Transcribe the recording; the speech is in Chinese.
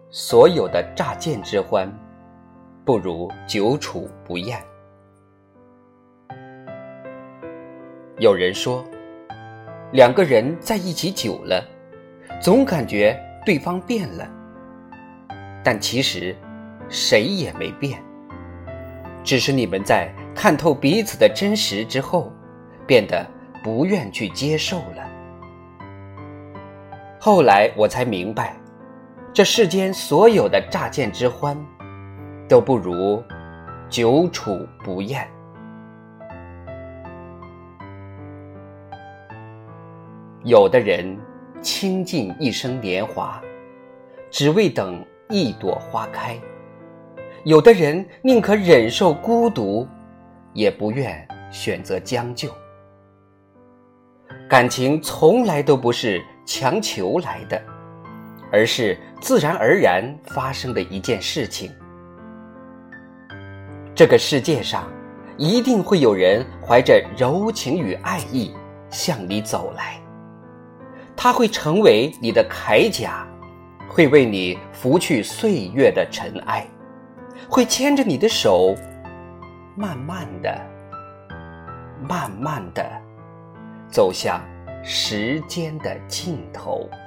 所有的乍见之欢，不如久处不厌。有人说，两个人在一起久了，总感觉对方变了，但其实谁也没变，只是你们在看透彼此的真实之后，变得不愿去接受了。后来我才明白，这世间所有的乍见之欢，都不如久处不厌。有的人倾尽一生年华，只为等一朵花开；有的人宁可忍受孤独，也不愿选择将就。感情从来都不是强求来的，而是自然而然发生的一件事情。这个世界上一定会有人怀着柔情与爱意向你走来，他会成为你的铠甲，会为你拂去岁月的尘埃，会牵着你的手，慢慢的走向时间的尽头。